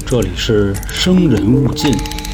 这里是生人勿近。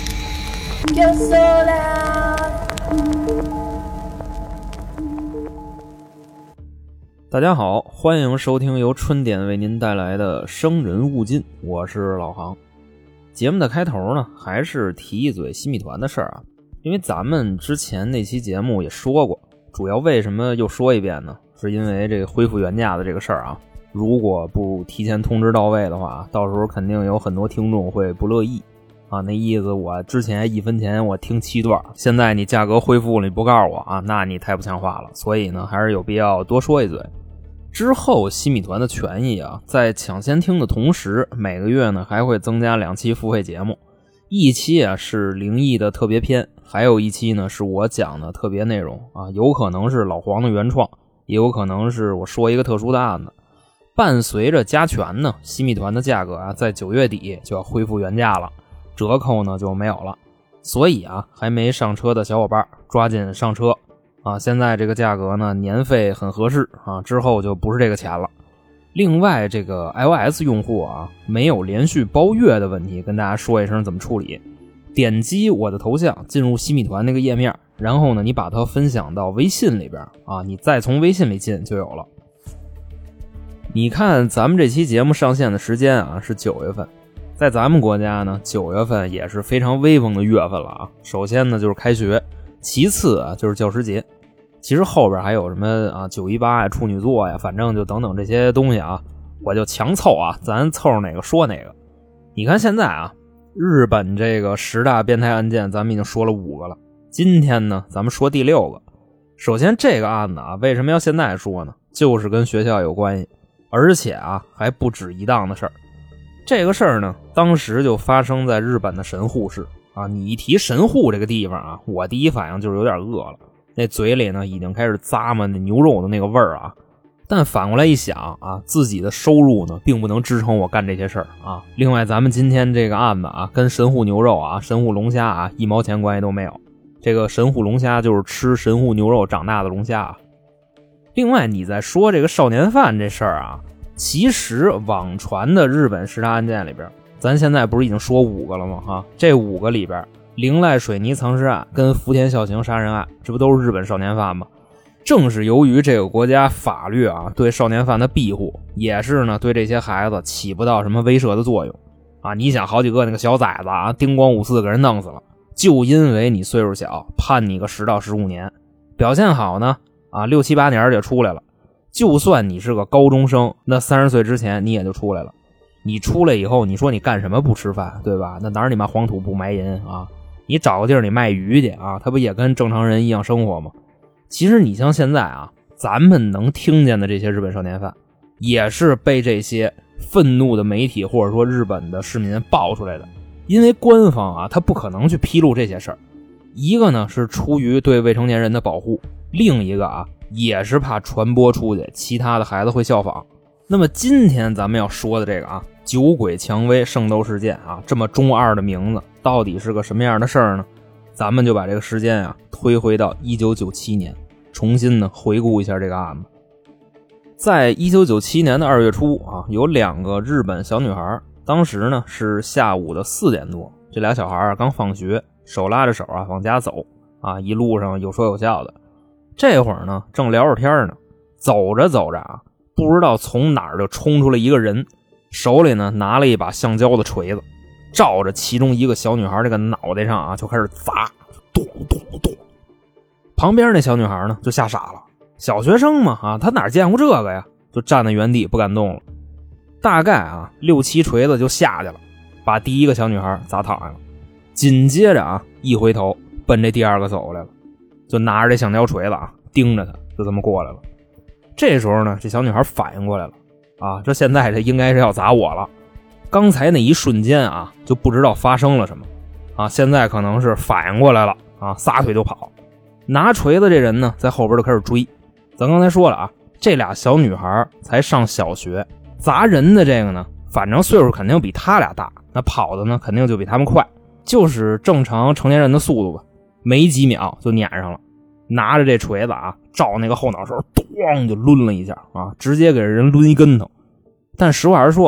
大家好，欢迎收听由春点为您带来的生人勿近，我是老航。节目的开头呢，还是提一嘴西米团的事儿啊，因为咱们之前那期节目也说过，主要为什么又说一遍呢？是因为这个恢复原价的这个事儿啊，如果不提前通知到位的话，到时候肯定有很多听众会不乐意啊。那意思我之前1分钱我听7段，现在你价格恢复了你不告诉我啊，那你太不像话了。所以呢，还是有必要多说一嘴。之后西米团的权益啊，在抢先听的同时，每个月呢还会增加2期付费节目，一期啊是灵异的特别篇，还有一期呢是我讲的特别内容啊，有可能是老黄的原创，也有可能是我说一个特殊的案子。伴随着加权呢，西米团的价格啊在9月底就要恢复原价了，折扣呢就没有了。所以啊，还没上车的小伙伴抓紧上车啊！现在这个价格呢，年费很合适啊，之后就不是这个钱了。另外，这个 iOS 用户啊，没有连续包月的问题，跟大家说一声怎么处理。点击我的头像，进入西米团那个页面，然后呢，你把它分享到微信里边啊，你再从微信里进就有了。你看咱们这期节目上线的时间啊，是9月份。在咱们国家呢，9月份也是非常威风的月份了啊。首先呢就是开学，其次啊就是教师节。其实后边还有什么啊918呀、处女座呀，反正就等等这些东西啊，我就强凑啊，咱凑哪个说哪个。你看现在啊，日本这个10大变态案件咱们已经说了5个了，今天呢咱们说第6个。首先这个案子啊，为什么要现在说呢？就是跟学校有关系，而且啊还不止一档的事儿。这个事儿呢，当时就发生在日本的神户市啊。你一提神户这个地方啊，我第一反应就是有点饿了，那嘴里呢已经开始咂摸那牛肉的那个味儿啊。但反过来一想啊，自己的收入呢并不能支撑我干这些事儿啊。另外咱们今天这个案子啊，跟神户牛肉啊、神户龙虾啊1毛钱关系都没有。这个神户龙虾就是吃神户牛肉长大的龙虾啊。另外你在说这个少年犯这事儿啊，其实网传的日本10大案件里边，咱现在不是已经说5个了吗？哈，这5个里边，铃濑水泥藏尸案跟福田孝行杀人案，这不都是日本少年犯吗？正是由于这个国家法律啊对少年犯的庇护，也是呢对这些孩子起不到什么威慑的作用啊。你想好几个那个小崽子啊，叮咣5-4给人弄死了，就因为你岁数小，判你个10到15年，表现好呢啊6-7-8年就出来了。就算你是个高中生，那30岁之前你也就出来了。你出来以后，你说你干什么不吃饭，对吧？那哪儿你妈黄土不埋银啊？你找个地儿你卖鱼去啊，他不也跟正常人一样生活吗？其实你像现在啊，咱们能听见的这些日本少年犯，也是被这些愤怒的媒体或者说日本的市民爆出来的。因为官方啊，他不可能去披露这些事儿。一个呢是出于对未成年人的保护，另一个啊也是怕传播出去，其他的孩子会效仿。那么今天咱们要说的这个啊，酒鬼蔷薇圣斗事件啊，这么中二的名字，到底是个什么样的事儿呢？咱们就把这个时间啊推回到1997年，重新呢回顾一下这个案子。在1997年的2月初啊，有2个日本小女孩，当时呢是下午的4点多，这俩小孩啊刚放学，手拉着手啊往家走啊，一路上有说有笑的。这会儿呢正聊着天呢，走着走着啊，不知道从哪儿就冲出来一个人，手里呢拿了一把橡胶的锤子，照着其中一个小女孩这个脑袋上啊就开始砸，咚咚咚。旁边那小女孩呢就吓傻了，小学生嘛啊，她哪见过这个呀，就站在原地不敢动了。大概啊6-7锤子就下去了，把第一个小女孩砸躺下了。紧接着啊一回头奔这第2个走过来了，就拿着这橡胶锤子啊盯着他，就这么过来了。这时候呢这小女孩反应过来了啊，这现在这应该是要砸我了。刚才那一瞬间啊就不知道发生了什么啊，现在可能是反应过来了啊，撒腿就跑。拿锤子这人呢在后边就开始追。咱刚才说了啊，这俩小女孩才上小学，砸人的这个呢反正岁数肯定比他俩大，那跑的呢肯定就比他们快，就是正常成年人的速度吧，没几秒就撵上了。拿着这锤子啊照那个后脑勺咚就抡了一下啊，直接给人抡一跟头。但实话实说啊，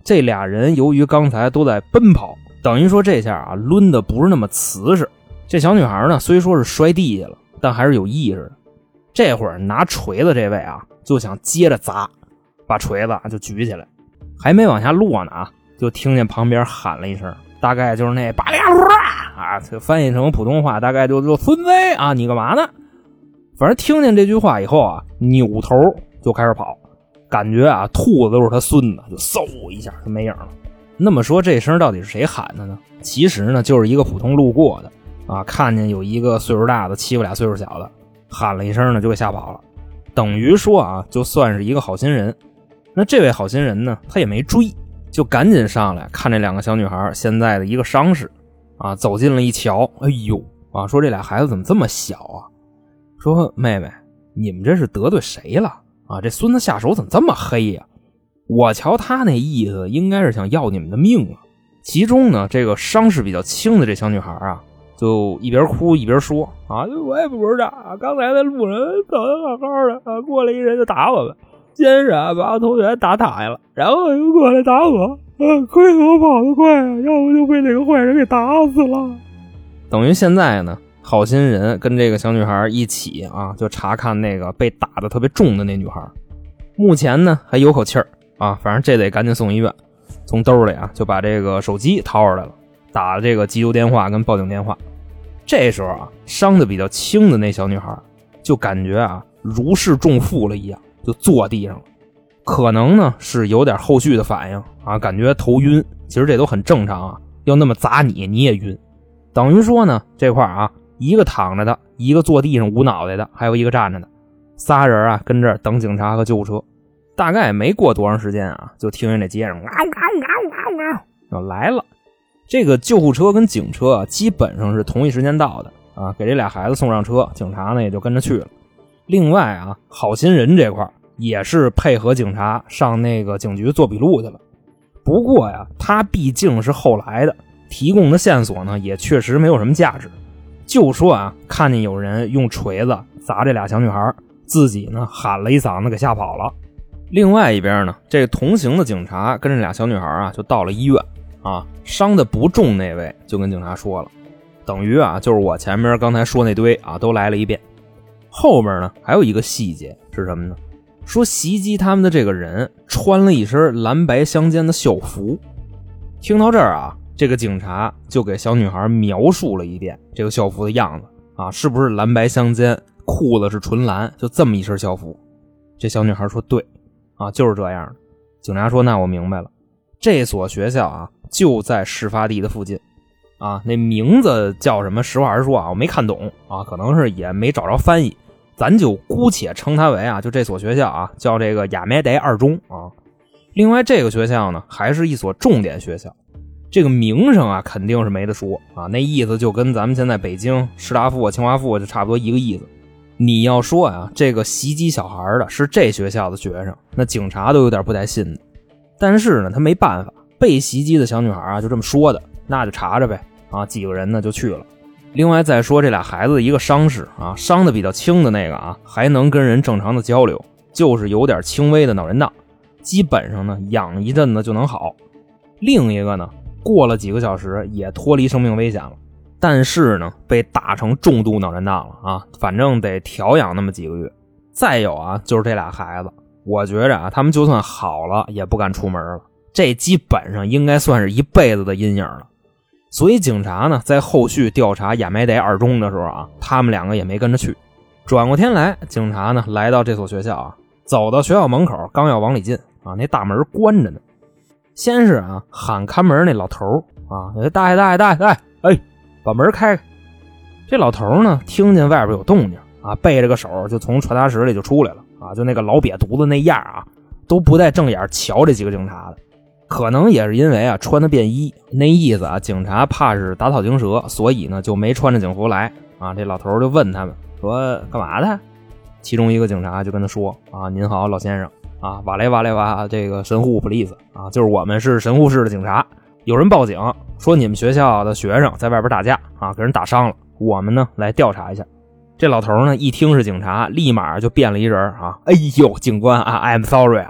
这俩人由于刚才都在奔跑，等于说这下啊抡的不是那么瓷实。这小女孩呢虽说是摔地下了，但还是有意识的。这会儿拿锤子这位啊就想接着砸，把锤子就举起来，还没往下落呢啊，就听见旁边喊了一声，大概就是那巴里啊，这翻译成普通话大概就孙子啊，你干嘛呢？反正听见这句话以后啊，扭头就开始跑，感觉啊兔子都是他孙子，就嗖一下就没影了。那么说这声到底是谁喊的呢？其实呢就是一个普通路过的啊，看见有一个岁数大的欺负俩岁数小的，喊了一声呢就给吓跑了，等于说啊就算是一个好心人。那这位好心人呢他也没追，就赶紧上来看这两个小女孩现在的一个伤势啊，走近了一瞧，哎呦啊，说这俩孩子怎么这么小啊？说妹妹，你们这是得罪谁了啊？这孙子下手怎么这么黑呀？我瞧他那意思应该是想要你们的命啊。其中呢这个伤势比较轻的这小女孩啊，就一边哭一边说啊，我也不知道，刚才在路上走得好好的啊，过来一人就打我们，先是啊把我同学打躺下了，然后又过来打我，亏我跑得快啊，要不就被那个坏人给打死了。等于现在呢好心人跟这个小女孩一起啊，就查看那个被打得特别重的那女孩，目前呢还有口气儿啊，反正这得赶紧送医院。从兜里啊就把这个手机掏出来了，打了这个急救电话跟报警电话。这时候啊，伤得比较轻的那小女孩就感觉啊如释重负了一样，就坐地上了。可能呢是有点后续的反应啊，感觉头晕，其实这都很正常啊，要那么砸你也晕。等于说呢这块啊，一个躺着的，一个坐地上捂脑袋的，还有一个站着的，仨人啊跟这儿等警察和救护车。大概没过多长时间啊，就听见这街上要来了。这个救护车跟警车啊基本上是同一时间到的啊，给这俩孩子送上车，警察呢也就跟着去了。另外啊，好心人这块也是配合警察上那个警局做笔录去了。不过呀，他毕竟是后来的，提供的线索呢也确实没有什么价值。就说啊，看见有人用锤子砸这俩小女孩，自己呢喊了一嗓子给吓跑了。另外一边呢，这个同行的警察跟这俩小女孩啊就到了医院啊，伤的不重那位就跟警察说了，等于啊就是我前面刚才说那堆啊都来了一遍。后边呢还有一个细节是什么呢？说袭击他们的这个人穿了一身蓝白相间的校服。听到这儿啊，这个警察就给小女孩描述了一遍这个校服的样子啊，是不是蓝白相间，裤子是纯蓝，就这么一身校服。这小女孩说对啊，就是这样的。警察说那我明白了，这所学校啊就在事发地的附近啊，那名字叫什么实话实说啊，我没看懂啊，可能是也没找着翻译，咱就姑且称它为啊，就这所学校啊叫这个亚美德二中啊。另外这个学校呢还是一所重点学校，这个名声啊肯定是没得说啊，那意思就跟咱们现在北京师大附清华附就差不多一个意思。你要说啊这个袭击小孩的是这学校的学生，那警察都有点不太信的。但是呢他没办法，被袭击的小女孩啊就这么说的，那就查查呗啊，几个人呢就去了。另外再说这俩孩子的一个伤势啊，伤的比较轻的那个啊还能跟人正常的交流，就是有点轻微的脑震荡，基本上呢养一阵子就能好。另一个呢过了几个小时也脱离生命危险了，但是呢被打成重度脑震荡了啊，反正得调养那么几个月。再有啊就是这俩孩子，我觉着啊他们就算好了也不敢出门了，这基本上应该算是一辈子的阴影了。所以警察呢在后续调查亚美德二中的时候啊，他们两个也没跟着去。转过天来，警察呢来到这所学校啊，走到学校门口刚要往里进啊，那大门关着呢。先是啊喊看门那老头啊，大爷，哎，把门开开。这老头呢听见外边有动静啊，背着个手就从传达室里就出来了啊，就那个老瘪犊子那样啊，都不带正眼瞧这几个警察的。可能也是因为啊穿的便衣，那意思啊警察怕是打草惊蛇，所以呢就没穿着警服来啊。这老头就问他们说干嘛的？其中一个警察就跟他说啊，您好老先生啊，瓦雷瓦这个神户 police 啊，就是我们是神户市的警察，有人报警说你们学校的学生在外边打架啊，给人打伤了，我们呢来调查一下。这老头呢一听是警察，立马就变了一人啊，哎呦警官啊 I'm sorry 啊，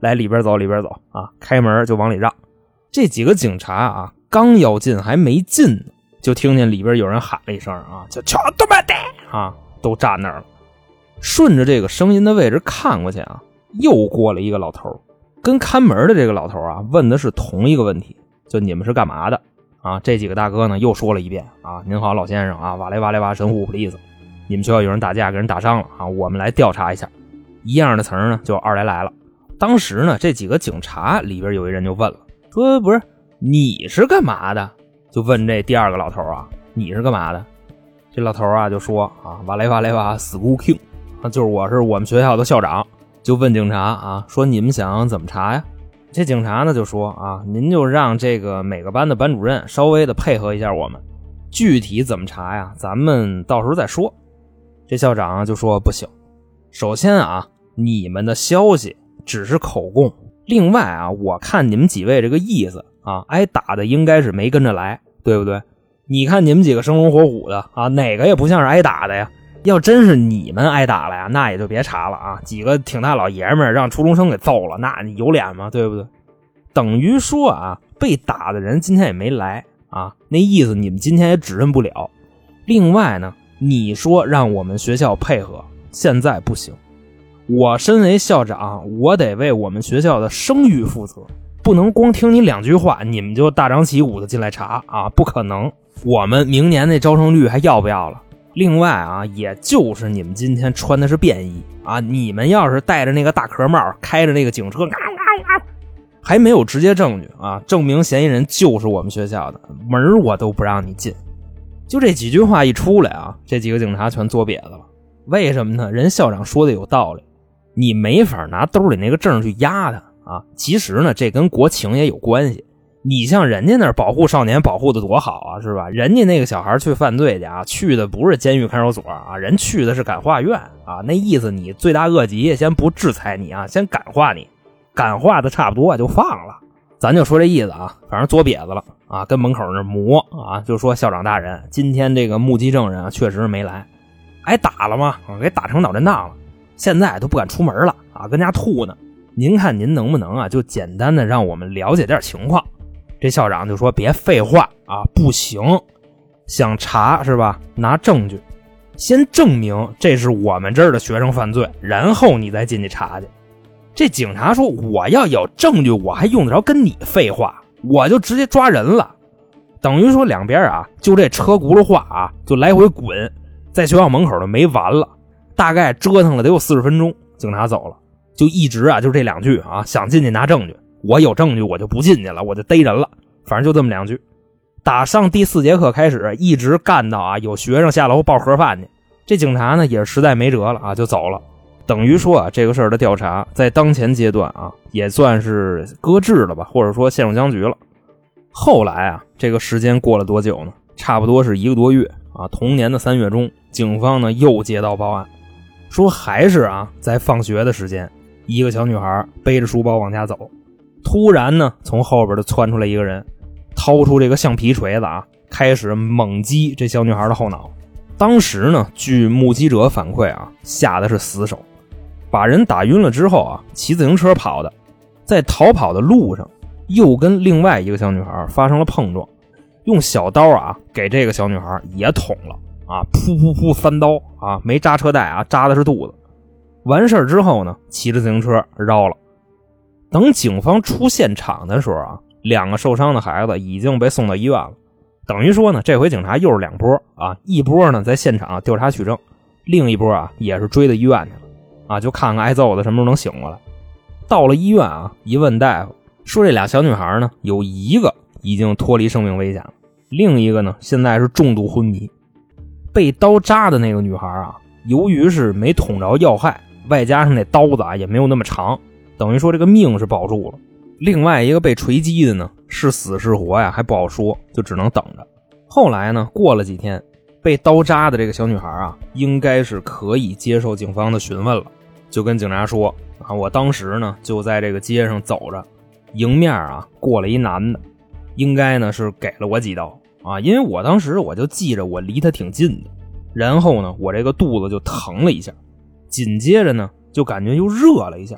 来里边走啊，开门就往里让。这几个警察啊刚要进还没进呢，就听见里边有人喊了一声啊，就瞧他妈的啊，都站那儿了。顺着这个声音的位置看过去啊，又过了一个老头，跟看门的这个老头啊问的是同一个问题，就你们是干嘛的啊？这几个大哥呢又说了一遍啊，您好老先生啊，瓦雷瓦神户普利斯，你们学校有人打架给人打伤了啊，我们来调查一下。一样的词儿呢就二来了。当时呢这几个警察里边有一人就问了，说不是你是干嘛的？就问这第二个老头啊，你是干嘛的？这老头啊就说啊，瓦雷瓦 school king， 就是我是我们学校的校长。就问警察啊，说你们想怎么查呀？这警察呢就说啊，您就让这个每个班的班主任稍微的配合一下我们，具体怎么查呀咱们到时候再说。这校长就说不行，首先啊你们的消息只是口供，另外啊我看你们几位这个意思啊，挨打的应该是没跟着来，对不对？你看你们几个生龙活虎的啊，哪个也不像是挨打的呀。要真是你们挨打了呀，那也就别查了啊！几个挺大老爷们儿让初中生给揍了，那你有脸吗？对不对？等于说啊，被打的人今天也没来啊，那意思你们今天也指认不了。另外呢，你说让我们学校配合，现在不行。我身为校长，我得为我们学校的声誉负责，不能光听你两句话，你们就大张旗鼓的进来查啊，不可能。我们明年那招生率还要不要了？另外啊，也就是你们今天穿的是便衣啊，你们要是戴着那个大壳帽，开着那个警车，还没有直接证据啊，证明嫌疑人就是我们学校的，门我都不让你进。就这几句话一出来啊，这几个警察全作瘪子了。为什么呢？人校长说的有道理，你没法拿兜里那个证去压他啊。其实呢，这跟国情也有关系。你像人家那儿保护少年保护的多好啊，是吧？人家那个小孩去犯罪去啊，去的不是监狱看守所啊，人去的是感化院啊。那意思你罪大恶极，先不制裁你啊，先感化你，感化的差不多就放了。咱就说这意思啊，反正作瘪子了啊，跟门口那磨啊，就说校长大人，今天这个目击证人啊确实没来，挨打了吗？给打成脑震荡了，现在都不敢出门了啊，跟家吐呢。您看您能不能啊，就简单的让我们了解点情况。这校长就说别废话啊，不行，想查是吧？拿证据，先证明这是我们这儿的学生犯罪，然后你再进去查去。这警察说我要有证据，我还用得着跟你废话？我就直接抓人了。等于说两边啊，就这车轱辘话啊，就来回滚，在学校门口都没完了，大概折腾了得有40分钟，警察走了，就一直啊，就这两句啊，想进去拿证据。我有证据我就不进去了，我就逮人了，反正就这么两句。打上第4节课开始，一直干到啊有学生下楼抱盒饭去。这警察呢也是实在没辙了啊，就走了。等于说啊这个事儿的调查在当前阶段啊也算是搁置了吧，或者说陷入僵局了。后来啊这个时间过了多久呢？差不多是1个多月啊。同年的3月中，警方呢又接到报案，说还是啊在放学的时间，一个小女孩背着书包往家走。突然呢从后边就窜出来一个人，掏出这个橡皮锤子啊，开始猛击这小女孩的后脑。当时呢据目击者反馈啊，下的是死手，把人打晕了之后啊，骑自行车跑的，在逃跑的路上又跟另外一个小女孩发生了碰撞，用小刀啊给这个小女孩也捅了啊，噗噗噗3刀啊，没扎车带啊，扎的是肚子。完事儿之后呢，骑着自行车绕了。等警方出现场的时候啊，2个受伤的孩子已经被送到医院了。等于说呢，这回警察又是2波啊，一波呢在现场调查取证，另一波啊也是追到医院去了啊，就看看挨揍的什么时候能醒过来。到了医院啊，一问大夫说这俩小女孩呢，有一个已经脱离生命危险了，另一个呢现在是重度昏迷。被刀扎的那个女孩啊，由于是没捅着要害，外加上那刀子啊也没有那么长，等于说这个命是保住了。另外一个被锤击的呢，是死是活呀还不好说，就只能等着。后来呢，过了几天，被刀扎的这个小女孩啊，应该是可以接受警方的询问了，就跟警察说啊，我当时呢就在这个街上走着，迎面啊过了一男的，应该呢是给了我几刀啊，因为我当时我就记着我离他挺近的，然后呢我这个肚子就疼了一下，紧接着呢就感觉又热了一下，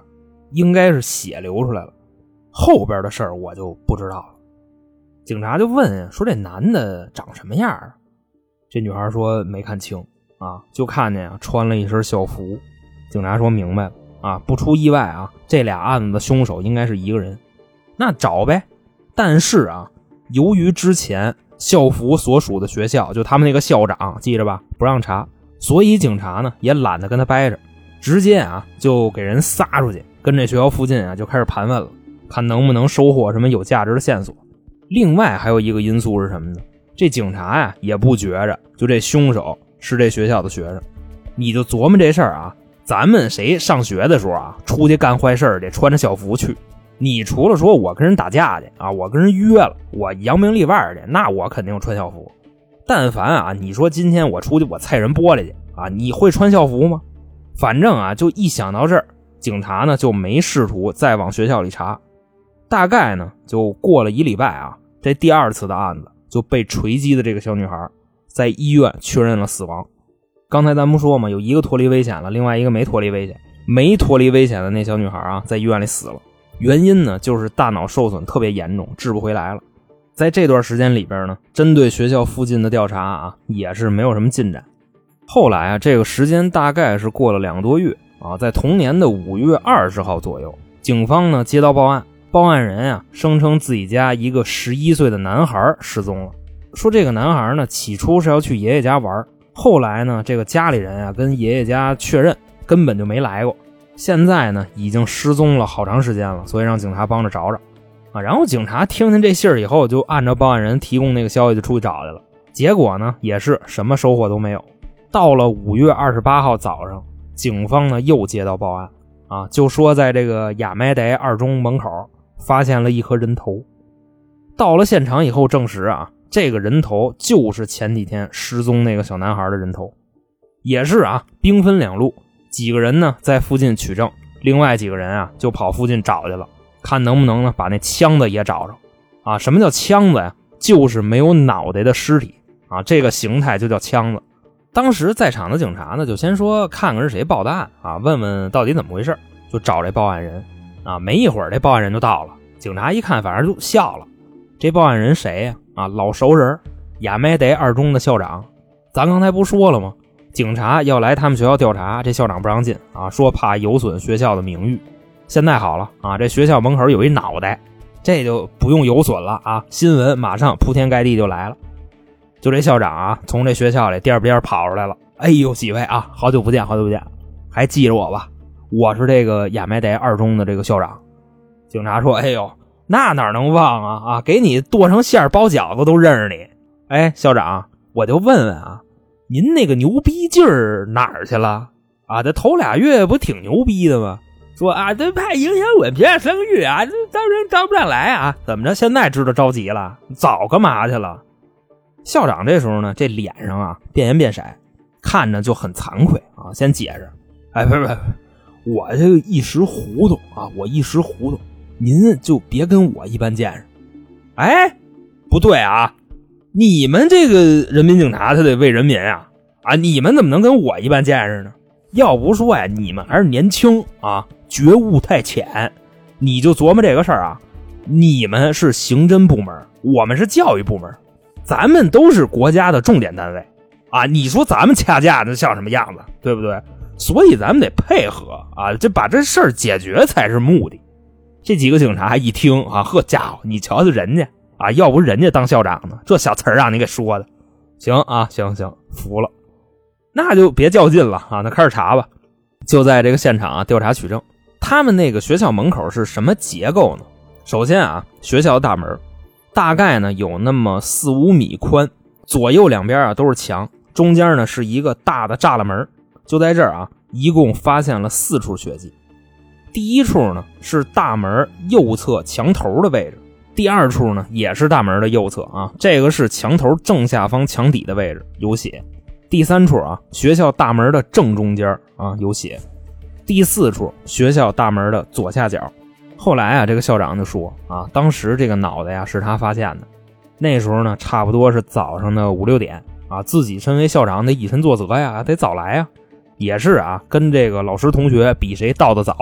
应该是血流出来了，后边的事儿我就不知道了。警察就问说这男的长什么样啊？这女孩说没看清啊，就看见穿了一身校服。警察说明白了啊，不出意外啊，这俩案子的凶手应该是一个人，那找呗。但是啊，由于之前校服所属的学校就他们那个校长记着吧，不让查，所以警察呢也懒得跟他掰扯，直接啊就给人撒出去，跟这学校附近啊就开始盘问了，看能不能收获什么有价值的线索。另外还有一个因素是什么呢？这警察呀也不觉着就这凶手是这学校的学生，你就琢磨这事儿啊，咱们谁上学的时候啊出去干坏事得穿着校服去，你除了说我跟人打架去啊，我跟人约了，我扬名立万去，那我肯定穿校服。但凡啊你说今天我出去我踩人玻璃去啊，你会穿校服吗？反正啊就一想到这儿，警察呢就没试图再往学校里查。大概呢就过了1礼拜啊，这第二次的案子就被锤击的这个小女孩在医院确认了死亡。刚才咱们说嘛，有一个脱离危险了，另外一个没脱离危险。没脱离危险的那小女孩啊在医院里死了，原因呢就是大脑受损特别严重，治不回来了。在这段时间里边呢，针对学校附近的调查啊也是没有什么进展。后来啊这个时间大概是过了2个多月啊，在同年的5月20号左右，警方呢接到报案，报案人啊声称自己家一个11岁的男孩失踪了，说这个男孩呢起初是要去爷爷家玩，后来呢这个家里人啊跟爷爷家确认根本就没来过，现在呢已经失踪了好长时间了，所以让警察帮着找找啊。然后警察听见这信儿以后，就按照报案人提供那个消息就出去找去了，结果呢也是什么收获都没有。到了5月28号早上，警方呢又接到报案啊，就说在这个雅麦德二中门口发现了一颗人头。到了现场以后证实啊，这个人头就是前几天失踪那个小男孩的人头。也是啊，兵分2路，几个人呢在附近取证，另外几个人啊就跑附近找去了，看能不能呢把那枪子也找着啊。什么叫枪子呀？就是没有脑袋的尸体啊，这个形态就叫枪子。当时在场的警察呢就先说看看是谁报的案啊，问问到底怎么回事，就找这报案人啊。没一会儿这报案人就到了，警察一看反正就笑了，这报案人谁呀？啊，老熟人，雅麦德二中的校长。咱刚才不说了吗？警察要来他们学校调查，这校长不让进啊，说怕有损学校的名誉。现在好了啊，这学校门口有一脑袋，这就不用有损了啊，新闻马上铺天盖地就来了。就这校长啊从这学校里颠颠跑出来了，哎呦几位啊，好久不见好久不见，还记着我吧，我是这个雅麦德二中的这个校长。警察说哎呦那哪能忘啊，给你剁成馅包饺子都认识你。哎校长，我就问问啊，您那个牛逼劲儿哪儿去了啊？这头2月不挺牛逼的吗？说啊这怕影响我平安声誉啊，这招人招不上来啊，怎么着现在知道着急了，早干嘛去了？校长这时候呢这脸上啊变颜变色，看着就很惭愧啊，先解释，哎不，我这个一时糊涂啊，我一时糊涂，您就别跟我一般见识。哎不对啊，你们这个人民警察他得为人民啊，你们怎么能跟我一般见识呢？要不说呀你们还是年轻啊，觉悟太浅。你就琢磨这个事儿啊，你们是刑侦部门，我们是教育部门，咱们都是国家的重点单位啊，你说咱们掐架那像什么样子，对不对？所以咱们得配合啊，这把这事儿解决才是目的。这几个警察一听啊，呵家伙，你瞧瞧人家啊，要不人家当校长呢，这小词儿让你给说的。行啊，行，服了。那就别较劲了啊，那开始查吧。就在这个现场啊调查取证。他们那个学校门口是什么结构呢？首先啊，学校的大门大概呢有那么4-5米宽，左右两边啊都是墙，中间呢是一个大的栅栏门。就在这儿啊，一共发现了4处血迹。第一处呢是大门右侧墙头的位置，第二处呢也是大门的右侧啊，这个是墙头正下方墙底的位置，有血。第三处啊，学校大门的正中间啊有血。第4处，学校大门的左下角。后来啊，这个校长就说啊，当时这个脑袋呀是他发现的。那时候呢，差不多是早上的5-6点啊，自己身为校长得以身作则呀，得早来呀。也是啊，跟这个老师同学比谁到得早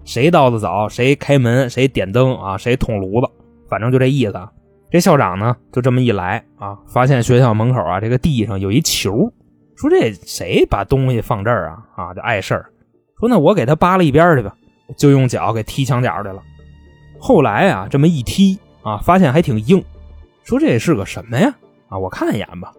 谁到的早谁开门谁点灯啊，谁捅炉子，反正就这意思啊。这校长呢就这么一来啊，发现学校门口啊这个地上有一球，说这谁把东西放这儿啊就碍事儿，说那我给他扒了一边去吧，就用脚给踢墙角去了。后来啊这么一踢啊，发现还挺硬，说这是个什么呀啊，我看一眼吧，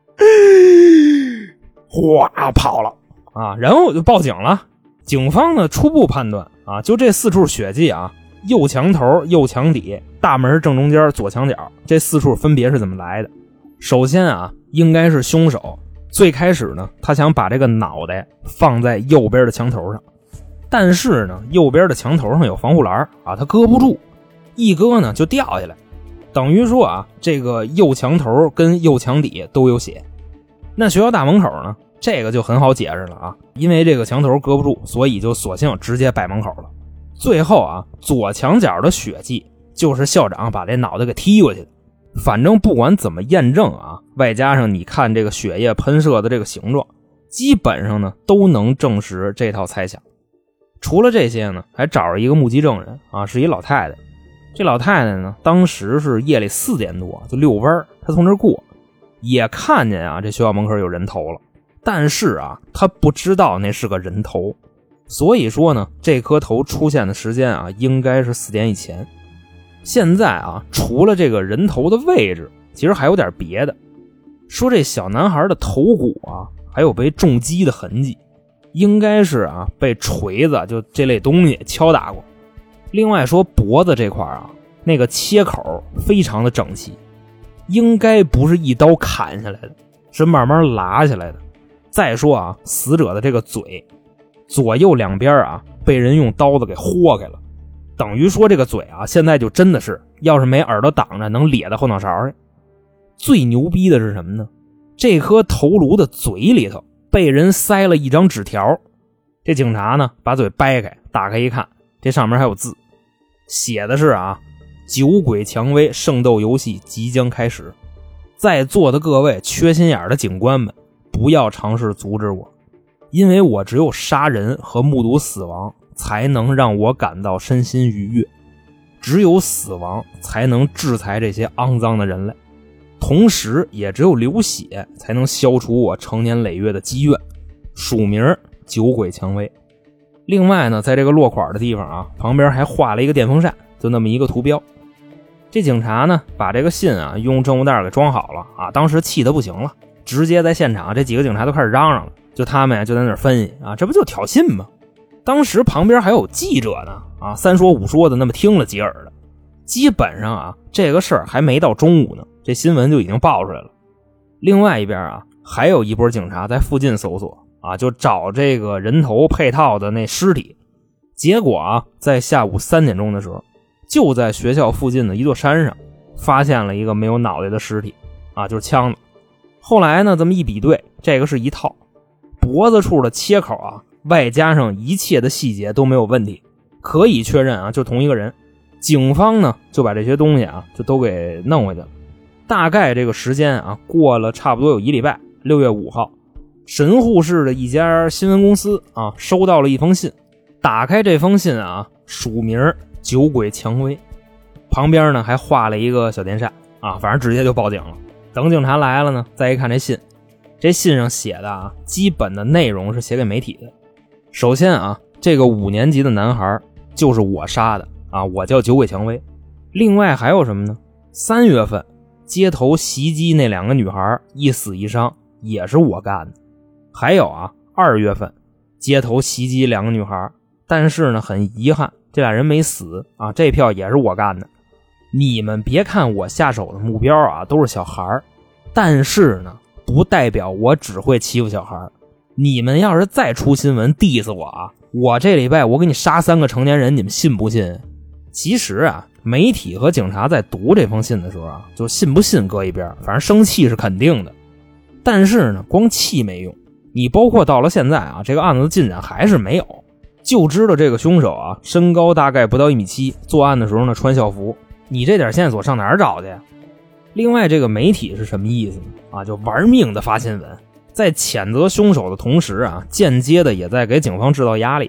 哗跑了啊，然后我就报警了。警方呢初步判断啊，就这4处血迹啊，右墙头、右墙底、大门正中间、左墙角，这4处分别是怎么来的？首先啊，应该是凶手最开始呢，他想把这个脑袋放在右边的墙头上，但是呢，右边的墙头上有防护栏啊，他搁不住，一搁呢就掉下来，等于说啊，这个右墙头跟右墙底都有血。那学校大门口呢，这个就很好解释了啊，因为这个墙头搁不住，所以就索性直接摆门口了。最后啊，左墙角的血迹就是校长把这脑袋给踢过去的。反正不管怎么验证啊，外加上你看这个血液喷射的这个形状，基本上呢都能证实这套猜想。除了这些呢，还找着一个目击证人啊，是一老太太。这老太太呢，当时是夜里4点多就遛弯，她从这儿过，也看见啊这学校门口有人头了，但是啊她不知道那是个人头，所以说呢这颗头出现的时间啊应该是4点以前。现在啊除了这个人头的位置，其实还有点别的，说这小男孩的头骨啊还有被重击的痕迹，应该是啊被锤子就这类东西敲打过。另外说脖子这块啊，那个切口非常的整齐，应该不是一刀砍下来的，是慢慢拉下来的。再说啊，死者的这个嘴左右两边啊被人用刀子给豁开了，等于说这个嘴啊现在就真的是要是没耳朵挡着能咧到后脑勺去。最牛逼的是什么呢？这颗头颅的嘴里头被人塞了一张纸条，这警察呢把嘴掰开打开一看，这上面还有字，写的是啊，酒鬼蔷薇圣斗游戏即将开始，在座的各位缺心眼的警官们不要尝试阻止我，因为我只有杀人和目睹死亡才能让我感到身心愉悦，只有死亡才能制裁这些肮脏的人类，同时也只有流血才能消除我成年累月的积怨，署名酒鬼蔷薇。另外呢，在这个落款的地方啊，旁边还画了一个电风扇，就那么一个图标。这警察呢把这个信啊用证物袋给装好了啊，当时气得不行了，直接在现场这几个警察都开始嚷嚷了，就他们就在那儿分析啊，这不就挑衅吗？当时旁边还有记者呢啊，三说五说的那么听了几耳的。基本上啊这个事儿还没到中午呢，这新闻就已经爆出来了。另外一边啊还有一波警察在附近搜索啊，就找这个人头配套的那尸体。结果啊在下午3点钟的时候，就在学校附近的一座山上发现了一个没有脑袋的尸体啊，就是枪的。后来呢这么一比对，这个是一套，脖子处的切口啊外加上一切的细节都没有问题，可以确认啊就同一个人。警方呢就把这些东西啊就都给弄回去了。大概这个时间啊过了差不多有1礼拜，6月5号，神户市的一家新闻公司啊收到了一封信，打开这封信啊，署名酒鬼蔷薇，旁边呢还画了一个小电扇啊，反正直接就报警了。等警察来了呢，再一看这信，这信上写的啊基本的内容是写给媒体的。首先啊，这个5年级的男孩就是我杀的啊，我叫酒鬼蔷薇。另外还有什么呢？3月份街头袭击那2个女孩一死一伤也是我干的。还有啊，2月份街头袭击2个女孩，但是呢很遗憾这俩人没死啊，这票也是我干的。你们别看我下手的目标啊都是小孩，但是呢不代表我只会欺负小孩。你们要是再出新闻 diss 我啊，我这礼拜我给你杀3个成年人，你们信不信？其实啊媒体和警察在读这封信的时候啊，就信不信搁一边，反正生气是肯定的。但是呢光气没用，你包括到了现在啊，这个案子的进展还是没有，就知道这个凶手啊身高大概不到1.7米，作案的时候呢穿校服，你这点线索上哪儿找去呀？另外这个媒体是什么意思呢？啊，就玩命的发新闻，在谴责凶手的同时啊，间接的也在给警方制造压力，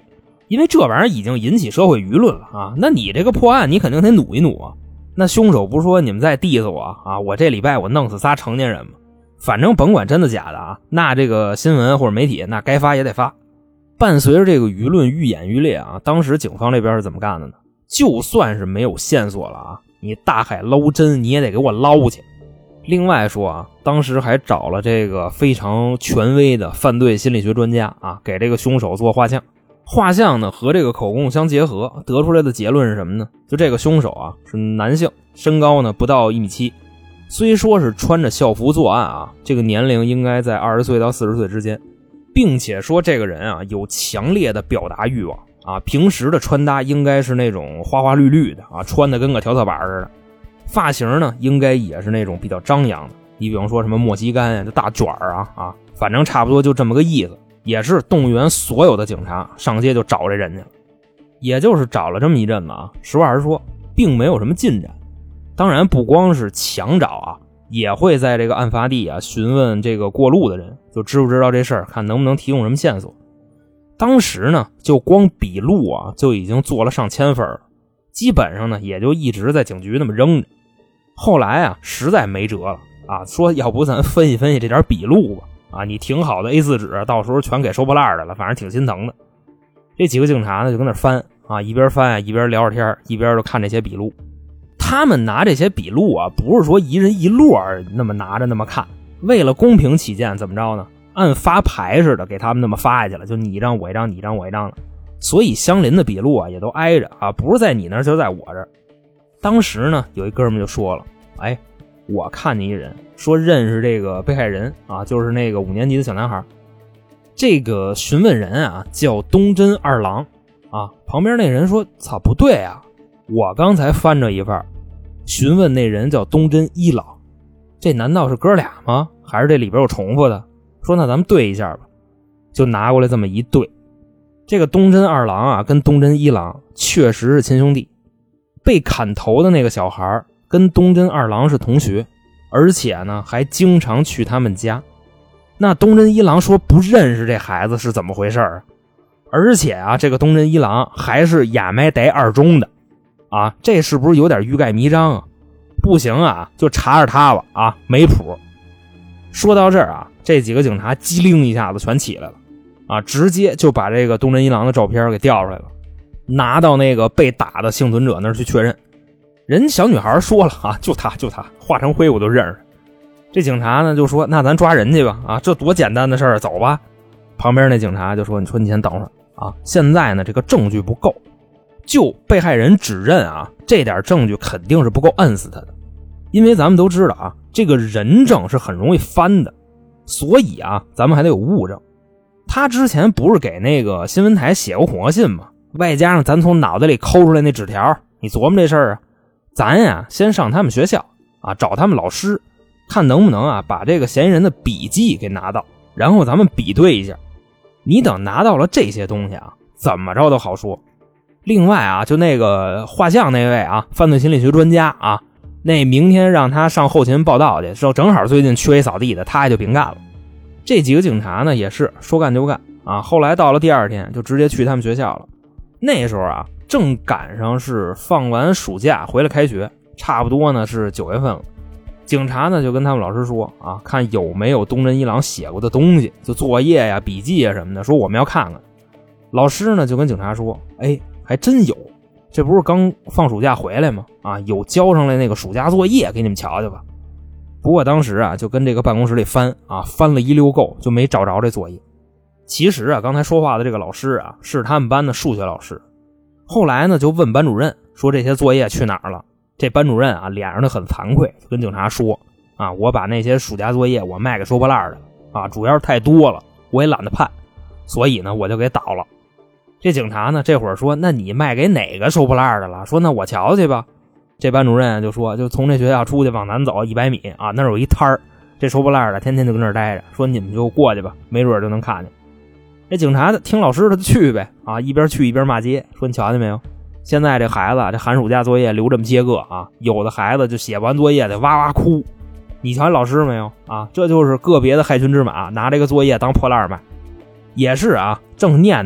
因为这玩意儿已经引起社会舆论了啊，那你这个破案你肯定得努一努啊。那凶手不是说你们再 diss 我啊，我这礼拜我弄死仨成年人吗？反正甭管真的假的啊，那这个新闻或者媒体那该发也得发。伴随着这个舆论愈演愈烈啊，当时警方这边是怎么干的呢？就算是没有线索了啊，你大海捞针你也得给我捞去。另外说啊，当时还找了这个非常权威的犯罪心理学专家啊，给这个凶手做画像。画像呢和这个口供相结合，得出来的结论是什么呢？就这个凶手啊是男性，身高呢不到1.7米，虽说是穿着校服作案啊，这个年龄应该在20岁到40岁之间，并且说这个人啊有强烈的表达欲望啊，平时的穿搭应该是那种花花绿绿的啊，穿的跟个调色板似的。发型呢应该也是那种比较张扬的，你比方说什么莫西干呀，这大卷啊，反正差不多就这么个意思。也是动员所有的警察上街就找这人去了，也就是找了这么一阵子啊，实话实说并没有什么进展。当然不光是强找啊，也会在这个案发地啊询问这个过路的人，就知不知道这事儿，看能不能提供什么线索。当时呢就光笔录啊就已经做了上千份了，基本上呢也就一直在警局那么扔着。后来啊实在没辙了啊，说要不咱分析分析这点笔录吧啊，你挺好的 A4 纸到时候全给收破烂的了，反正挺心疼的。这几个警察呢就跟那翻啊，一边翻啊一边聊着天，一边就看这些笔录。他们拿这些笔录啊不是说一人一摞那么拿着那么看，为了公平起见怎么着呢，按发牌似的给他们那么发下去了，就你一张我一张你一张我一张的。所以相邻的笔录啊也都挨着啊，不是在你那儿就在我这儿。当时呢有一哥们就说了，哎，我看见一人说认识这个被害人啊，就是那个5年级的小男孩。这个询问人啊叫东真二郎啊，旁边那人说操不对啊，我刚才翻着一份询问那人叫东真一郎，这难道是哥俩吗？还是这里边有重复的？说那咱们对一下吧，就拿过来这么一对。这个东真二郎啊跟东真一郎确实是亲兄弟，被砍头的那个小孩跟东真二郎是同学，而且呢还经常去他们家。那东真一郎说不认识这孩子是怎么回事啊？而且啊这个东真一郎还是亚美代二中的啊，这是不是有点欲盖弥彰啊？不行啊就查查他吧啊，没谱。说到这儿啊，这几个警察机灵一下子全起来了啊，直接就把这个东真一郎的照片给调出来了，拿到那个被打的幸存者那儿去确认。人小女孩说了啊，就他化成灰我都认识。这警察呢就说那咱抓人去吧啊，这多简单的事儿，走吧。旁边那警察就说，你说你先等会儿啊，现在呢这个证据不够，就被害人指认啊，这点证据肯定是不够摁死他的。因为咱们都知道啊，这个人证是很容易翻的，所以啊咱们还得有物证。他之前不是给那个新闻台写过恐吓信吗？外加上咱从脑袋里抠出来那纸条，你琢磨这事儿啊，咱呀先上他们学校啊，找他们老师，看能不能啊把这个嫌疑人的笔记给拿到，然后咱们比对一下。你等拿到了这些东西啊，怎么着都好说。另外啊，就那个画像那位啊，犯罪心理学专家啊，那明天让他上后勤报道去，说正好最近缺一扫地的，他也就别干了。这几个警察呢也是说干就干啊，后来到了第二天就直接去他们学校了。那时候啊正赶上是放完暑假回来开学，差不多呢是9月份了。警察呢就跟他们老师说啊，看有没有东真一郎写过的东西，就作业呀笔记啊什么的，说我们要看看。老师呢就跟警察说，哎，还真有，这不是刚放暑假回来吗？啊，有交上来那个暑假作业，给你们瞧瞧吧。不过当时啊就跟这个办公室里翻啊，翻了一溜够就没找着这作业。其实啊刚才说话的这个老师啊是他们班的数学老师。后来呢就问班主任说这些作业去哪儿了。这班主任啊脸上的很惭愧，就跟警察说啊，我把那些暑假作业我卖给收破烂的了啊，主要是太多了我也懒得判，所以呢我就给倒了。这警察呢这会儿说，那你卖给哪个收破烂的了？说那我瞧去吧。这班主任就说，就从这学校出去往南走100米啊，那儿有一摊儿，这收破烂的天天就跟那儿待着，说你们就过去吧，没准就能看见。这警察听老师的就去呗啊，一边去一边骂街，说你瞧见没有，现在这孩子这寒暑假作业留这么些个啊，有的孩子就写不完作业得哇哇哭，你瞧老师没有啊？这就是个别的害群之马拿这个作业当破烂卖。也是啊，正念叨呢，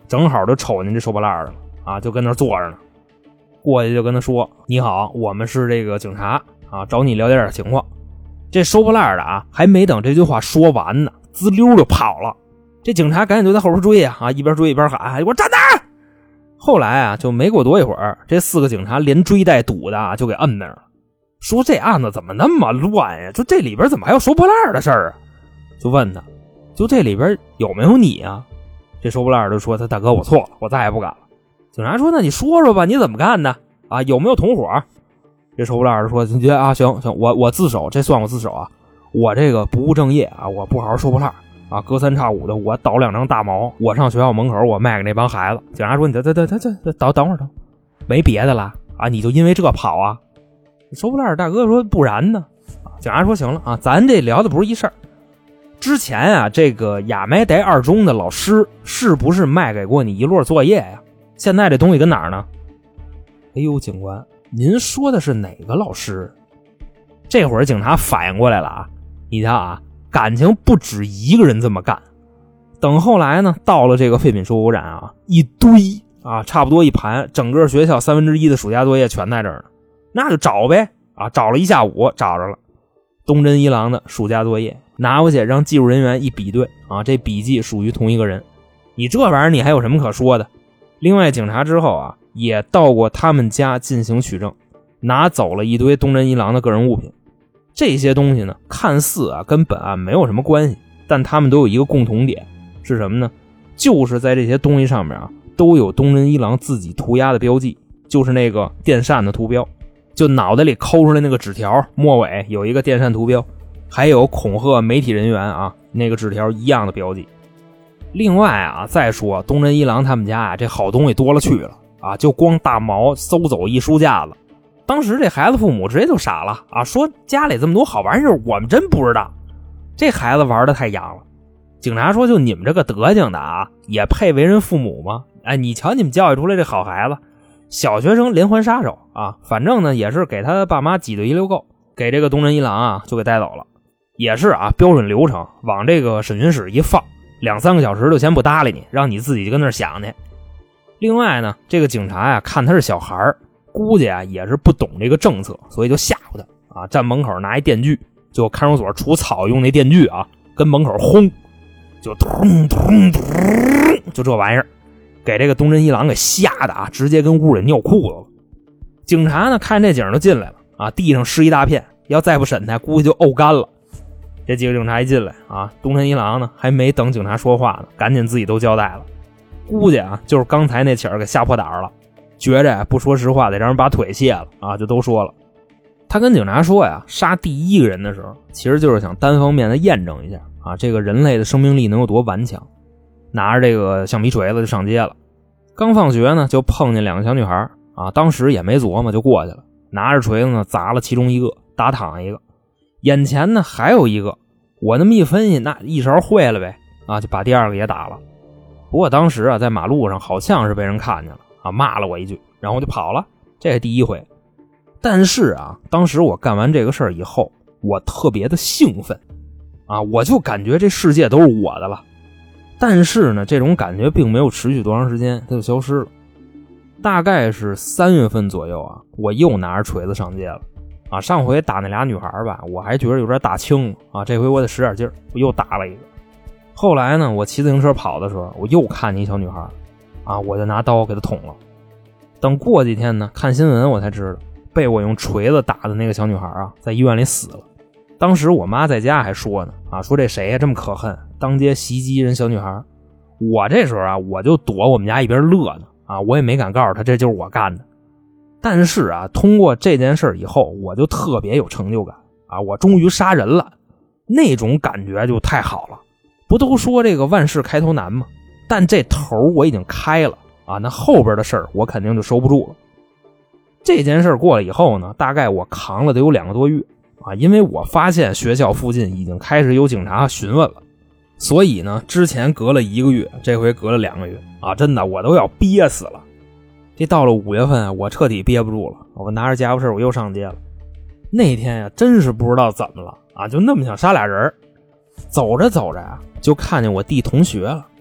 正好就瞅见这收破烂的了啊，就跟那坐着呢。过去就跟他说：“你好，我们是这个警察啊，找你了解点情况。”这收破烂的啊，还没等这句话说完呢，滋溜就跑了。这警察赶紧就在后边追啊，一边追一边喊：“给我站那儿！”后来啊，就没过多一会儿，这4个警察连追带堵的啊，就给摁那儿了。说这案子怎么那么乱呀？就这里边怎么还有收破烂的事儿啊？就问他，就这里边有没有你啊？这收破烂就说：“他大哥，我错了，我再也不敢了。”警察说：“那你说说吧，你怎么干的啊？有没有同伙？”这收破烂说：“你觉得啊，行，我自首，这算我自首啊。我这个不务正业啊，我不好好收破烂啊，隔三差五的我倒2张大毛，我上学校门口我卖给那帮孩子。”警察说：“你等会儿，没别的了啊？你就因为这跑啊？”收破烂大哥说：“不然呢？”警察说：“行了啊，咱这聊的不是一事儿。之前啊，这个雅埋傣2中的老师是不是卖给过你一摞作业呀？现在这东西跟哪儿呢？”哎呦，警官，您说的是哪个老师？这会儿警察反应过来了啊！你看啊，感情不止一个人这么干。等后来呢，到了这个废品收购站啊，一堆啊，差不多一盘，整个学校1/3的暑假作业全在这儿呢。那就找呗啊，找了一下午，找着了东真一郎的暑假作业，拿回去让技术人员一比对啊，这笔记属于同一个人。你这玩意儿你还有什么可说的？另外警察之后啊，也到过他们家进行取证，拿走了一堆东真一郎的个人物品。这些东西呢，看似啊跟本案没有什么关系，但他们都有一个共同点，是什么呢？就是在这些东西上面啊，都有东真一郎自己涂鸦的标记，就是那个电扇的图标，就脑袋里抠出来那个纸条，末尾有一个电扇图标，还有恐吓媒体人员啊那个纸条一样的标记。另外啊，再说东真一郎他们家啊，这好东西多了去了啊，就光大毛搜走一书架子。当时这孩子父母直接就傻了啊，说家里这么多好玩意儿，我们真不知道。这孩子玩的太洋了。警察说：“就你们这个德行的啊，也配为人父母吗？哎，你瞧你们教育出来这好孩子，小学生连环杀手啊！反正呢也是给他爸妈挤兑一溜够，给这个东真一郎啊就给带走了。也是啊，标准流程，往这个审讯室一放，2-3个小时就先不搭理你，让你自己跟那儿想去。另外呢，这个警察呀看他是小孩，估计啊也是不懂这个政策，所以就吓唬他啊，站门口拿一电锯，就看守所除草用那电锯啊，跟门口轰，就咚咚咚，就这玩意儿，给这个东真一郎给吓的啊，直接跟屋里尿裤子了。警察呢看这景就进来了啊，地上湿一大片，要再不审他，估计就沤干了。这几个警察一进来啊，东真一郎呢还没等警察说话呢，赶紧自己都交代了。估计啊就是刚才那起儿给吓破胆了，觉着不说实话得让人把腿卸了啊，就都说了。他跟警察说呀，杀第一个人的时候，其实就是想单方面的验证一下啊，这个人类的生命力能有多顽强。拿着这个橡皮锤子就上街了。刚放学呢，就碰见2个小女孩啊，当时也没琢磨就过去了，拿着锤子呢砸了其中一个，打躺一个。眼前呢还有一个，我那么一分析，那一勺烩了呗啊，就把第2个也打了。不过当时啊，在马路上好像是被人看见了啊，骂了我一句，然后我就跑了，这是第一回。但是啊，当时我干完这个事儿以后，我特别的兴奋啊，我就感觉这世界都是我的了。但是呢，这种感觉并没有持续多长时间，它就消失了。大概是3月份左右啊，我又拿着锤子上街了啊。上回打那俩女孩吧，我还觉得有点打轻了啊，这回我得使点劲儿，我又打了一个。后来呢，我骑自行车跑的时候，我又看见一小女孩啊，我就拿刀给她捅了。等过几天呢，看新闻我才知道，被我用锤子打的那个小女孩啊，在医院里死了。当时我妈在家还说呢啊，说这谁呀这么可恨，当街袭击人小女孩。我这时候啊，我就躲我们家一边乐呢啊，我也没敢告诉她这就是我干的。但是啊，通过这件事以后，我就特别有成就感啊，我终于杀人了，那种感觉就太好了。不都说这个万事开头难吗？但这头我已经开了啊，那后边的事儿我肯定就收不住了。这件事过了以后呢，大概我扛了得有2个多月啊，因为我发现学校附近已经开始有警察询问了，所以呢，之前隔了1个月，这回隔了2个月啊，真的我都要憋死了。这到了5月份啊，我彻底憋不住了，我拿着家伙事我又上街了。那天呀，真是不知道怎么了啊，就那么想杀俩人。走着走着啊，就看见我弟同学了。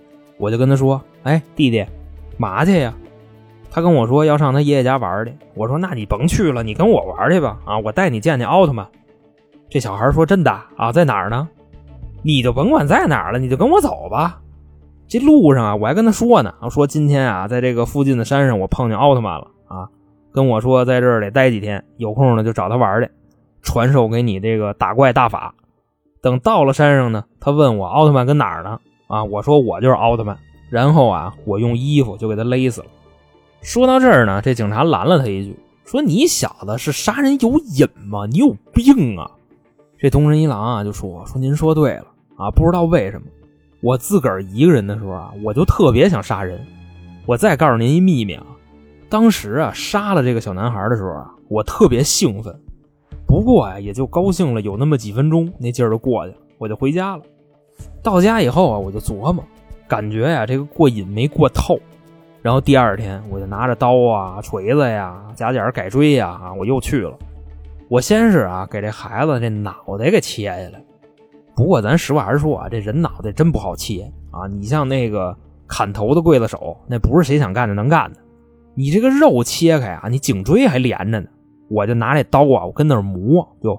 我就跟他说，哎，弟弟，嘛去呀？他跟我说要上他爷爷家玩去。我说那你甭去了，你跟我玩去吧，啊，我带你见见奥特曼。这小孩说真的啊，在哪儿呢？你就甭管在哪儿了，你就跟我走吧。这路上啊，我还跟他说呢，说今天啊，在这个附近的山上我碰见奥特曼了啊，跟我说在这儿得待几天，有空呢就找他玩去，传授给你这个打怪大法。等到了山上呢，他问我奥特曼跟哪儿呢？啊，我说我就是奥特曼，然后啊，我用衣服就给他勒死了。说到这儿呢，这警察拦了他一句，说你小子是杀人有瘾吗？你有病啊！这东神一郎啊就说您说对了啊，不知道为什么我自个儿一个人的时候啊，我就特别想杀人。我再告诉您一秘密啊，当时啊杀了这个小男孩的时候啊，我特别兴奋，不过啊也就高兴了有那么几分钟，那劲儿就过去了，我就回家了。到家以后啊，我就琢磨，感觉呀这个过瘾没过透。然后第二天我就拿着刀啊、锤子呀、夹角改锥呀啊，我又去了。我先是啊给这孩子这脑袋给切下来。不过咱实话实说啊，这人脑袋真不好切啊！你像那个砍头的刽子手，那不是谁想干就能干的。你这个肉切开啊，你颈椎还连着呢。我就拿这刀啊，我跟那儿磨，就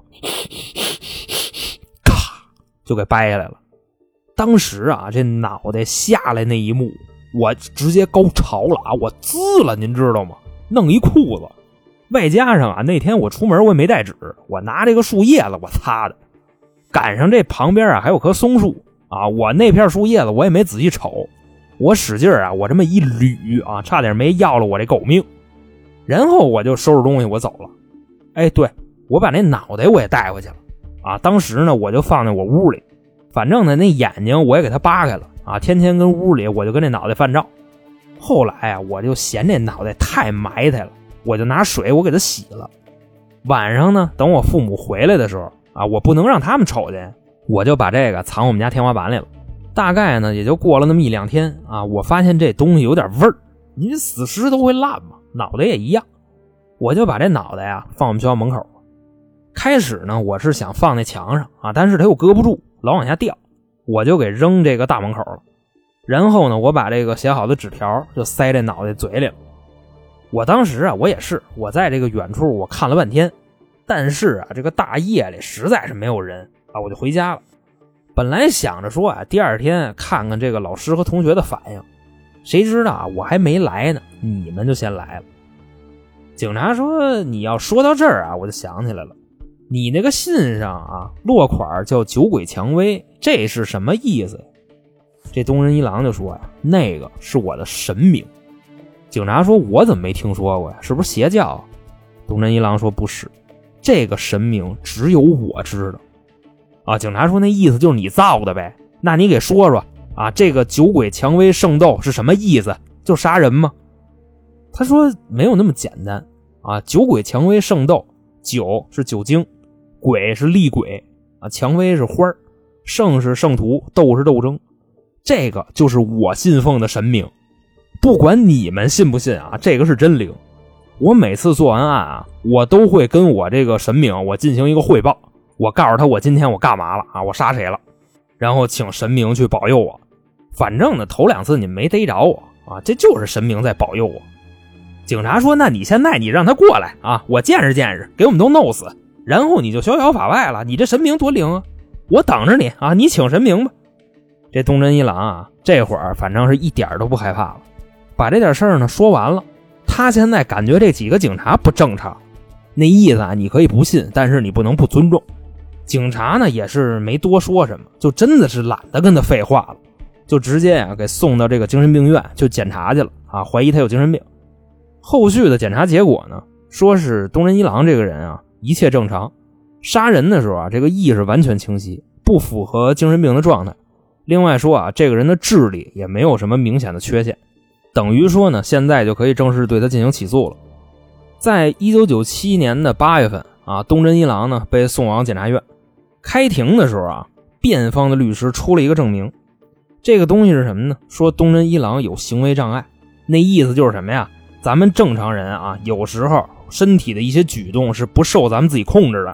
咔就给掰下来了。当时啊，这脑袋下来那一幕，我直接高潮了啊！我滋了，您知道吗？弄一裤子，外加上啊，那天我出门我也没带纸，我拿这个树叶子我擦的。赶上这旁边啊还有棵松树啊，我那片树叶子我也没仔细瞅，我使劲啊，我这么一捋啊，差点没要了我这狗命。然后我就收拾东西我走了。哎，对，我把那脑袋我也带回去了啊。当时呢我就放在我屋里，反正呢那眼睛我也给它扒开了啊，天天跟屋里我就跟那脑袋犯照。后来啊我就嫌这脑袋太埋汰了，我就拿水我给它洗了。晚上呢等我父母回来的时候啊，我不能让他们瞅见，我就把这个藏我们家天花板里了。大概呢也就过了那么一两天啊，我发现这东西有点味儿，你死尸都会烂嘛，脑袋也一样。我就把这脑袋啊放我们学校门口。开始呢我是想放在墙上啊，但是它又搁不住，老往下掉，我就给扔这个大门口了。然后呢我把这个写好的纸条就塞这脑袋嘴里了。我当时啊我也是，我在这个远处我看了半天，但是啊这个大夜里实在是没有人啊，我就回家了。本来想着说啊第二天看看这个老师和同学的反应，谁知道啊我还没来呢，你们就先来了。警察说你要说到这儿啊，我就想起来了，你那个信上啊落款叫酒鬼蔷薇，这是什么意思？这东人一郎就说呀，那个是我的神明。警察说我怎么没听说过呀，是不是邪教啊？东人一郎说不是，这个神明只有我知道啊。警察说那意思就是你造的呗，那你给说说啊，这个酒鬼蔷薇圣斗是什么意思？就杀人吗？他说没有那么简单啊，酒鬼蔷薇圣斗，酒是酒精，鬼是厉鬼啊，蔷薇是花，圣是圣徒，斗是斗争，这个就是我信奉的神明。不管你们信不信啊，这个是真灵。我每次做完案啊，我都会跟我这个神明我进行一个汇报，我告诉他我今天我干嘛了啊，我杀谁了，然后请神明去保佑我。反正呢头两次你没逮着我啊，这就是神明在保佑我。警察说那你现在你让他过来啊，我见识见识，给我们都弄死，然后你就逍遥法外了，你这神明多灵啊，我等着你啊，你请神明吧。这东真一郎啊这会儿反正是一点都不害怕了，把这点事儿呢说完了。他现在感觉这几个警察不正常，那意思啊你可以不信，但是你不能不尊重。警察呢也是没多说什么，就真的是懒得跟他废话了，就直接啊给送到这个精神病院就检查去了啊，怀疑他有精神病。后续的检查结果呢说是东人一郎这个人啊一切正常，杀人的时候啊这个意识完全清晰，不符合精神病的状态。另外说啊这个人的智力也没有什么明显的缺陷，等于说呢现在就可以正式对他进行起诉了。在1997年的8月份啊，东真一郎呢被送往检察院。开庭的时候啊，辩方的律师出了一个证明，这个东西是什么呢？说东真一郎有行为障碍，那意思就是什么呀？咱们正常人啊，有时候身体的一些举动是不受咱们自己控制的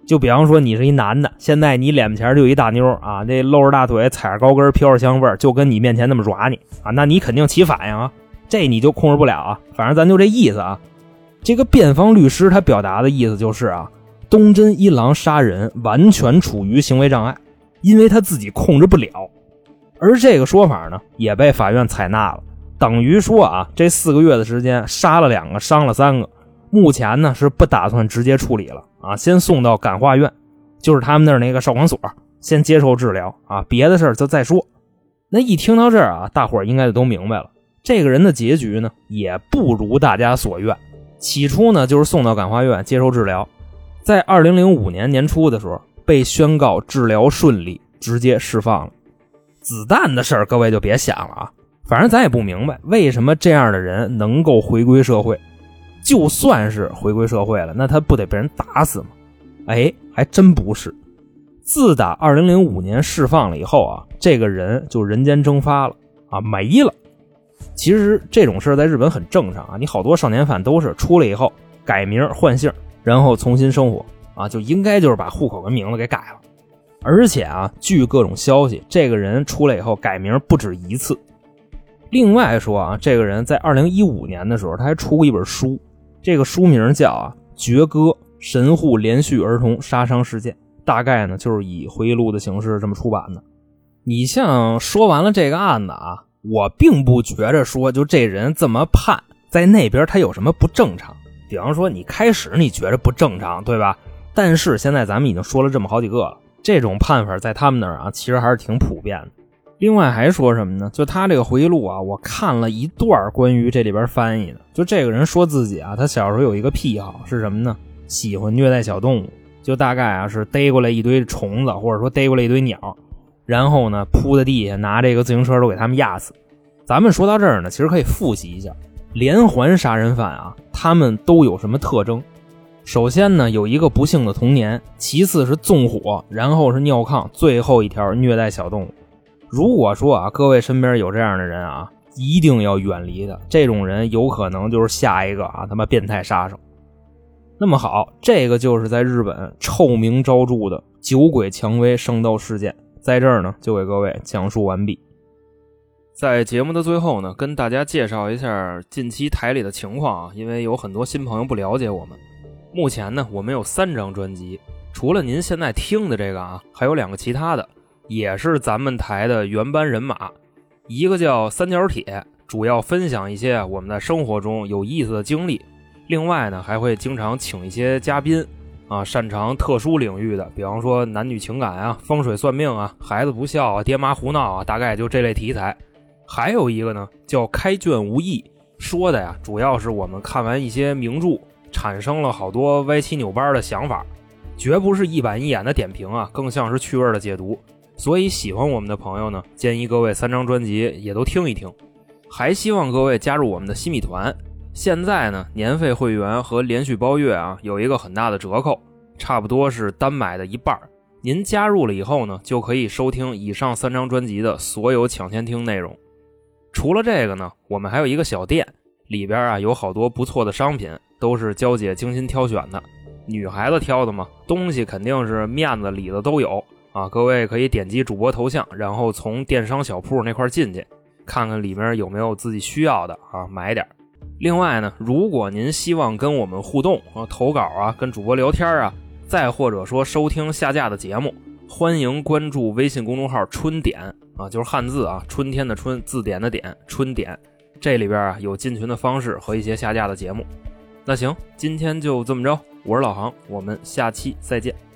就比方说你是一男的，现在你脸前就有一大妞啊，这露着大腿踩着高跟飘着香味儿，就跟你面前那么抓你啊，那你肯定起反应啊，这你就控制不了啊。反正咱就这意思啊。这个辩方律师他表达的意思就是啊，东真一郎杀人完全处于行为障碍，因为他自己控制不了。而这个说法呢也被法院采纳了，等于说啊，这4个月的时间杀了2个伤了3个，目前呢是不打算直接处理了啊，先送到感化院，就是他们那儿那个少管所，先接受治疗啊，别的事儿就再说。那一听到这儿啊，大伙儿应该都明白了，这个人的结局呢也不如大家所愿。起初呢就是送到感化院接受治疗，在2005年年初的时候被宣告治疗顺利，直接释放了。子弹的事儿各位就别想了啊，反正咱也不明白为什么这样的人能够回归社会。就算是回归社会了，那他不得被人打死吗？还真不是。自打2005年释放了以后啊，这个人就人间蒸发了啊，没了。其实这种事在日本很正常啊，你好多少年犯都是出来以后改名换姓，然后重新生活啊，就应该就是把户口跟名字给改了。而且啊，据各种消息，这个人出来以后改名不止一次。另外说啊，这个人在2015年的时候他还出过一本书，这个书名叫啊《绝歌神户连续儿童杀伤事件》，大概呢就是以回忆录的形式这么出版的。你像说完了这个案子啊，我并不觉着说就这人这么判在那边他有什么不正常。比方说你开始你觉着不正常对吧，但是现在咱们已经说了这么好几个了，这种判法在他们那儿啊其实还是挺普遍的。另外还说什么呢，就他这个回忆录啊，我看了一段关于这里边翻译的，就这个人说自己啊，他小时候有一个癖好是什么呢，喜欢虐待小动物，就大概啊是逮过来一堆虫子，或者说逮过来一堆鸟，然后呢扑在地下，拿这个自行车都给他们压死。咱们说到这儿呢，其实可以复习一下连环杀人犯啊，他们都有什么特征。首先呢有一个不幸的童年，其次是纵火，然后是尿炕，最后一条虐待小动物。如果说啊各位身边有这样的人啊，一定要远离的，这种人有可能就是下一个啊他妈变态杀手。那么好，这个就是在日本臭名昭著的酒鬼蔷薇圣斗事件，在这儿呢就给各位讲述完毕。在节目的最后呢，跟大家介绍一下近期台里的情况啊，因为有很多新朋友不了解我们。目前呢我们有3张专辑，除了您现在听的这个啊，还有2个其他的，也是咱们台的原班人马。一个叫三角铁，主要分享一些我们在生活中有意思的经历，另外呢还会经常请一些嘉宾啊，擅长特殊领域的，比方说男女情感啊、风水算命啊、孩子不孝啊、爹妈胡闹啊，大概就这类题材。还有一个呢叫开卷无益，说的呀主要是我们看完一些名著产生了好多歪七扭八的想法，绝不是一板一眼的点评啊，更像是趣味的解读。所以喜欢我们的朋友呢，建议各位3张专辑也都听一听。还希望各位加入我们的西米团，现在呢年费会员和连续包月啊有一个很大的折扣，差不多是单买的一半。您加入了以后呢，就可以收听以上3张专辑的所有抢先听内容。除了这个呢，我们还有一个小店，里边啊有好多不错的商品，都是娇姐精心挑选的。女孩子挑的嘛，东西肯定是面子里子都有啊。各位可以点击主播头像，然后从电商小铺那块进去，看看里面有没有自己需要的啊，买点。另外呢，如果您希望跟我们互动啊，投稿啊，跟主播聊天啊，再或者说收听下架的节目，欢迎关注微信公众号春点啊，就是汉字啊，春天的春，字典的点，春点。这里边啊有进群的方式和一些下架的节目。那行，今天就这么着，我是老航，我们下期再见。